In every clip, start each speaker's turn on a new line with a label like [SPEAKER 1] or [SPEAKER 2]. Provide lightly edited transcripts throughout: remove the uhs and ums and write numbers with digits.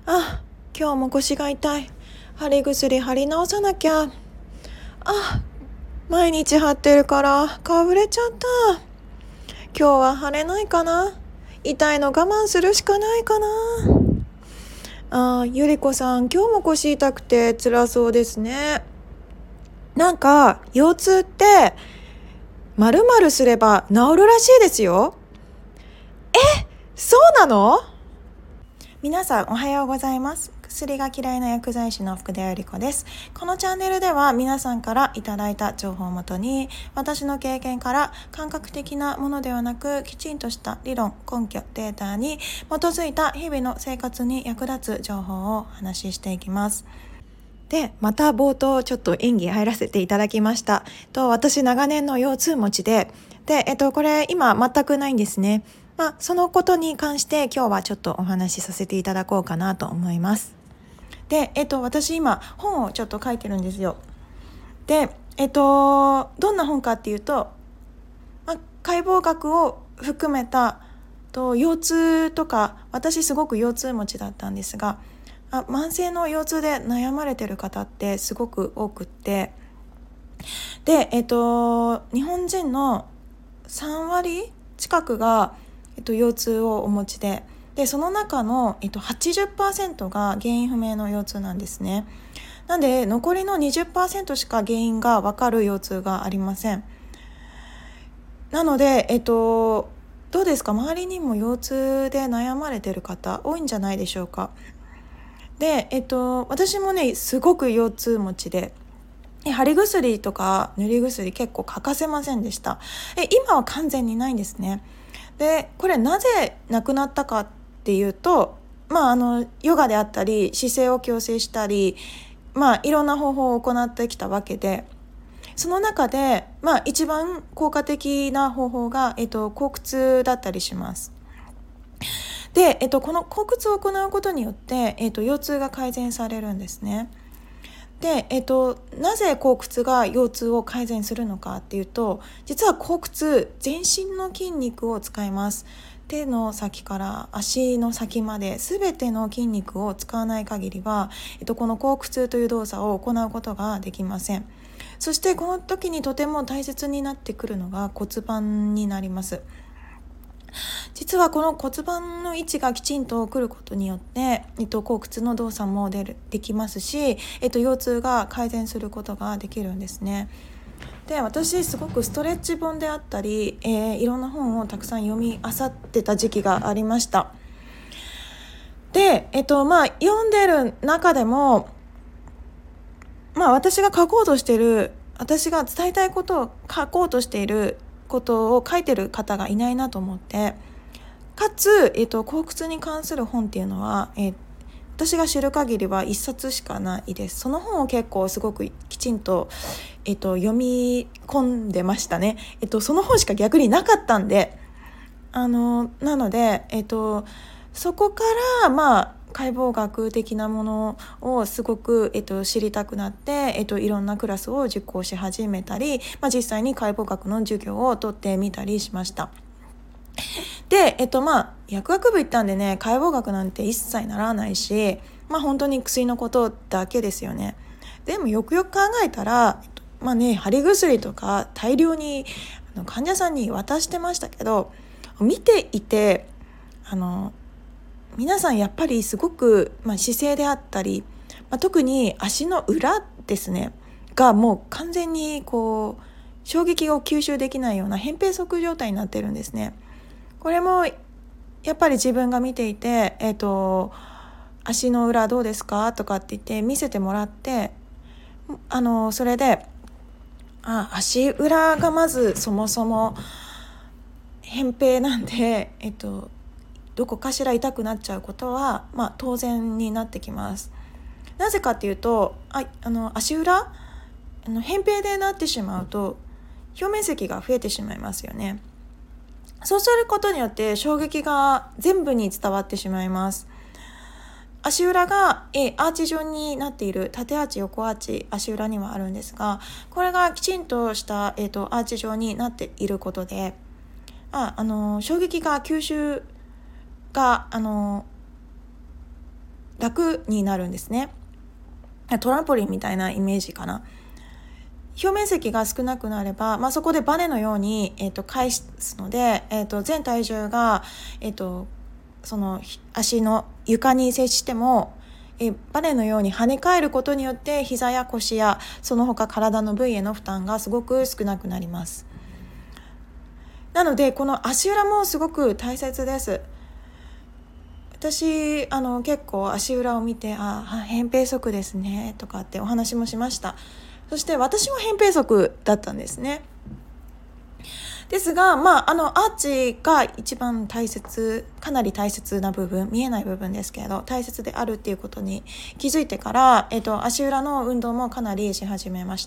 [SPEAKER 1] あ、今日も腰が痛い。貼り薬貼り直さなきゃ。毎日貼ってるからかぶれちゃった。今日は貼れないかな。痛いの我慢するしかないかな。ゆりこさん、今日も腰痛くて辛そうですね。なんか腰痛って〇〇すれば治るらしいですよ。そうなの？皆さんおはようございます。薬が嫌いな薬剤師の福田由里子です。このチャンネルでは皆さんからいただいた情報をもとに、私の経験から感覚的なものではなく、きちんとした理論、根拠、データに基づいた日々の生活に役立つ情報をお話ししていきます。で、また冒頭ちょっと演技入らせていただきました。私長年の腰痛持ちで、これ今全くないんですね。そのことに関して今日はちょっとお話しさせていただこうかなと思います。で、私今本をちょっと書いてるんですよ。で、どんな本かっていうと、解剖学を含めた腰痛とか、私すごく腰痛持ちだったんですが、慢性の腰痛で悩まれてる方ってすごく多くって、で、日本人の3割近くが、腰痛をお持ちで、その中の、80% が原因不明の腰痛なんですね。なんで残りの 20% しか原因が分かる腰痛がありません。なので、どうですか？周りにも腰痛で悩まれてる方多いんじゃないでしょうか。で、私もねすごく腰痛持ちで、貼り薬とか塗り薬結構欠かせませんでした。今は完全にないんですね。で、これなぜなくなったかっていうと、ヨガであったり姿勢を矯正したり、いろんな方法を行ってきたわけで、その中で、一番効果的な方法が、後屈だったりします。で、この後屈を行うことによって、腰痛が改善されるんですね。で、なぜ後屈が腰痛を改善するのかっていうと、実は後屈、全身の筋肉を使います。手の先から足の先まで全ての筋肉を使わない限りは、この後屈という動作を行うことができません。そしてこの時にとても大切になってくるのが骨盤になります。実はこの骨盤の位置がきちんとくることによって、後屈の動作もできますし、腰痛が改善することができるんですね。で、私すごくストレッチ本であったり、いろんな本をたくさん読み漁ってた時期がありました。で、読んでる中でも、私が伝えたいことを書こうとしていることを書いてる方がいないなと思って、かつ、後屈に関する本っていうのは、私が知る限りは一冊しかないです。その本を結構すごくきちんと、読み込んでましたね。その本しか逆になかったんで、なので、そこから、解剖学的なものをすごく、知りたくなって、いろんなクラスを受講し始めたり、実際に解剖学の授業を取ってみたりしました。で、薬学部行ったんでね、解剖学なんて一切習わないし、本当に薬のことだけですよね。でもよくよく考えたら、貼り薬とか大量に患者さんに渡してましたけど、見ていて、皆さんやっぱりすごく、姿勢であったり、特に足の裏ですね、がもう完全にこう衝撃を吸収できないような扁平足状態になってるんですね。これもやっぱり自分が見ていて、足の裏どうですかとかって言って見せてもらって、それで足裏がまずそもそも扁平なんで、どこかしら痛くなっちゃうことは、当然になってきます。なぜかっていうと、足裏扁平でなってしまうと表面積が増えてしまいますよね。そうすることによって衝撃が全部に伝わってしまいます。足裏がアーチ状になっている縦アーチ横アーチ、足裏にはあるんですが、これがきちんとした、アーチ状になっていることで、衝撃が吸収が楽になるんですね。トランポリンみたいなイメージかな。表面積が少なくなれば、そこでバネのように、返すので、全体重が、その足の床に接しても、バネのように跳ね返ることによって膝や腰やその他体の部位への負担がすごく少なくなります。なのでこの足裏もすごく大切です。私結構足裏を見て扁平足ですねとかってお話もしました。そして私も扁平足だったんですね。ですが、アーチが一番かなり大切な部分、見えない部分ですけれど大切であるっていうことに気づいてから、足裏の運動もかなりし始めました。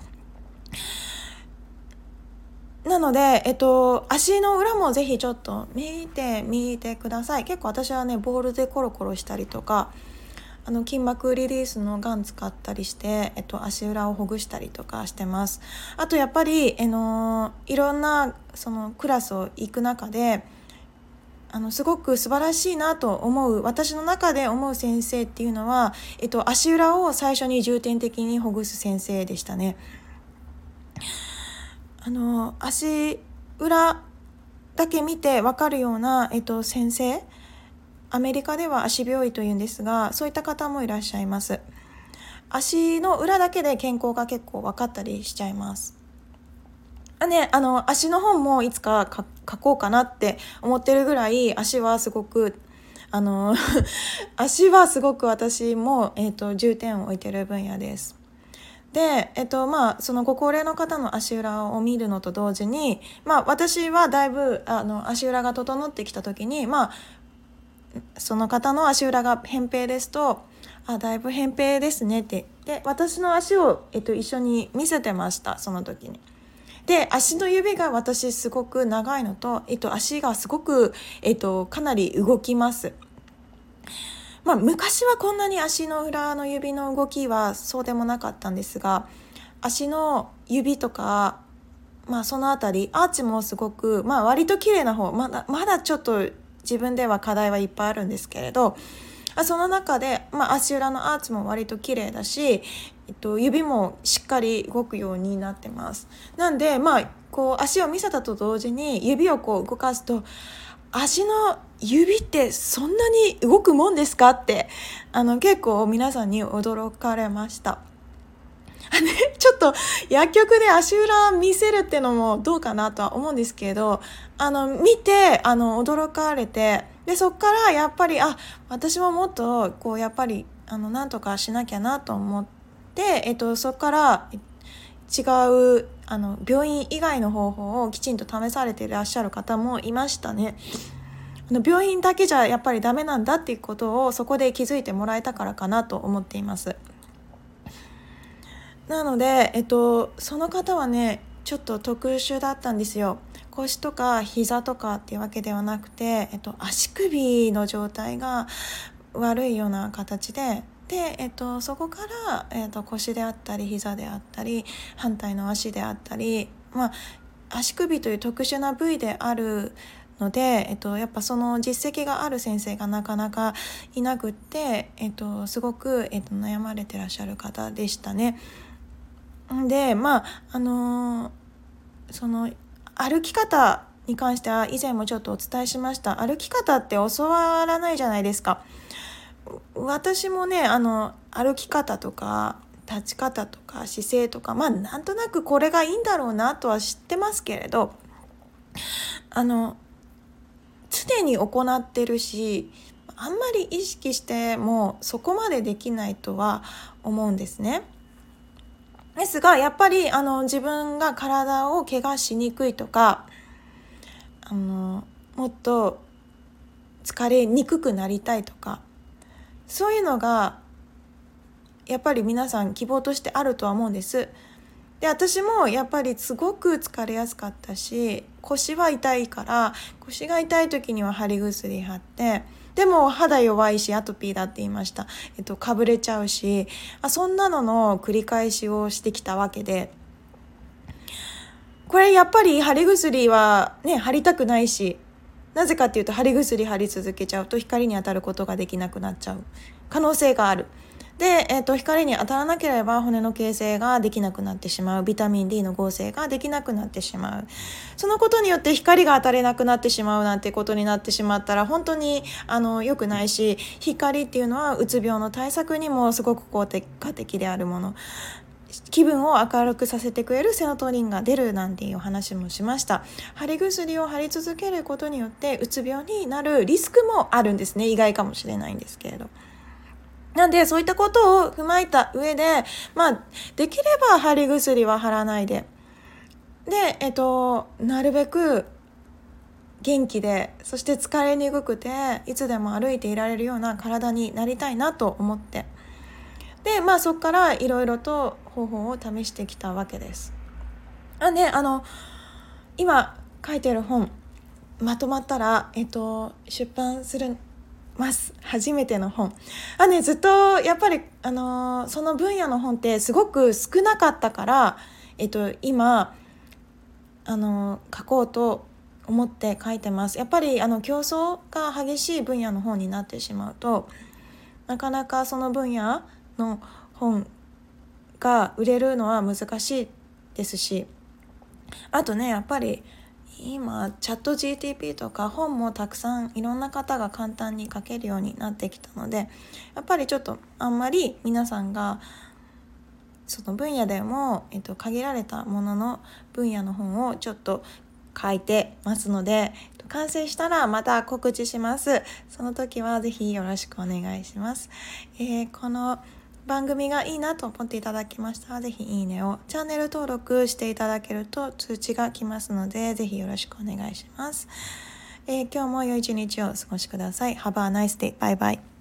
[SPEAKER 1] なので、足の裏もぜひちょっと見てみてください。結構私はね、ボールでコロコロしたりとか、筋膜リリースのガン使ったりして、足裏をほぐしたりとかしてます。あとやっぱり、いろんなそのクラスを行く中ですごく素晴らしいなと思う、私の中で思う先生っていうのは、足裏を最初に重点的にほぐす先生でしたね。足裏だけ見て分かるような、先生、アメリカでは足病医というんですが、そういった方もいらっしゃいます。足の裏だけで健康が結構分かったりしちゃいます。足の本もいつか書こうかなって思ってるぐらい、足はすごく足はすごく私も、重点を置いてる分野です。で、そのご高齢の方の足裏を見るのと同時に、私はだいぶ足裏が整ってきた時に、その方の足裏が扁平ですと、だいぶ扁平ですねって。で、私の足を、一緒に見せてました、その時に。で、足の指が私すごく長いのと、足がすごく、かなり動きます。昔はこんなに足の裏の指の動きはそうでもなかったんですが、足の指とか、そのあたり、アーチもすごく、割と綺麗な方、まだちょっと自分では課題はいっぱいあるんですけれど、その中で、足裏のアーチも割と綺麗だし、指もしっかり動くようになってます。なんで、こう足を見せたと同時に指をこう動かすと、足の指ってそんなに動くもんですかって、結構皆さんに驚かれました。ちょっと薬局で足裏見せるってのもどうかなとは思うんですけど、見て驚かれて、でそっからやっぱり私ももっとこうやっぱりなんとかしなきゃなと思って、そっから違う病院以外の方法をきちんと試されていらっしゃる方もいましたね。病院だけじゃやっぱりダメなんだっていうことをそこで気づいてもらえたからかなと思っています。なので、その方はね、ちょっと特殊だったんですよ。腰とか膝とかっていうわけではなくて、足首の状態が悪いような形で、そこから、腰であったり膝であったり反対の足であったり、足首という特殊な部位であるので、やっぱその実績がある先生がなかなかいなくって、すごく、悩まれてらっしゃる方でしたね。で、その歩き方に関しては以前もちょっとお伝えしました。歩き方って教わらないじゃないですか。私もね、歩き方とか立ち方とか姿勢とか、なんとなくこれがいいんだろうなとは知ってますけれど、常に行ってるし、あんまり意識してもそこまでできないとは思うんですね。ですがやっぱり自分が体を怪我しにくいとか、もっと疲れにくくなりたいとか、そういうのがやっぱり皆さん希望としてあるとは思うんです。で、私もやっぱりすごく疲れやすかったし、腰は痛いから、腰が痛い時には貼り薬貼って、でも肌弱いしアトピーだって言いました。かぶれちゃうし、そんなのの繰り返しをしてきたわけで、これやっぱり貼り薬はね、貼りたくないし、 なぜかっていうと、貼り薬貼り続けちゃうと光に当たることができなくなっちゃう可能性がある。で、光に当たらなければ骨の形成ができなくなってしまう。ビタミン D の合成ができなくなってしまう。そのことによって光が当たれなくなってしまうなんてことになってしまったら本当に良くないし、光っていうのはうつ病の対策にもすごく効果的であるもの。気分を明るくさせてくれるセロトニンが出るなんていうお話もしました。貼り薬を貼り続けることによってうつ病になるリスクもあるんですね。意外かもしれないんですけれど。なんでそういったことを踏まえた上で、できれば貼り薬は貼らないで、で、なるべく元気で、そして疲れにくくていつでも歩いていられるような体になりたいなと思って、で、そこからいろいろと方法を試してきたわけです。今書いてる本まとまったら、出版する初めての本ずっとやっぱり、その分野の本ってすごく少なかったから、今書こうと思って書いてます。やっぱり競争が激しい分野の本になってしまうと、なかなかその分野の本が売れるのは難しいですし、あとね、やっぱり今チャット GTP とか本もたくさんいろんな方が簡単に書けるようになってきたので、やっぱりちょっとあんまり皆さんがその分野でも、限られたものの分野の本をちょっと書いてますので、完成したらまた告知します。その時はぜひよろしくお願いします。この番組がいいなと思っていただきましたら、ぜひいいねを、チャンネル登録していただけると通知が来ますので、ぜひよろしくお願いします。今日も良い一日をお過ごしください。Have a nice day. Bye bye.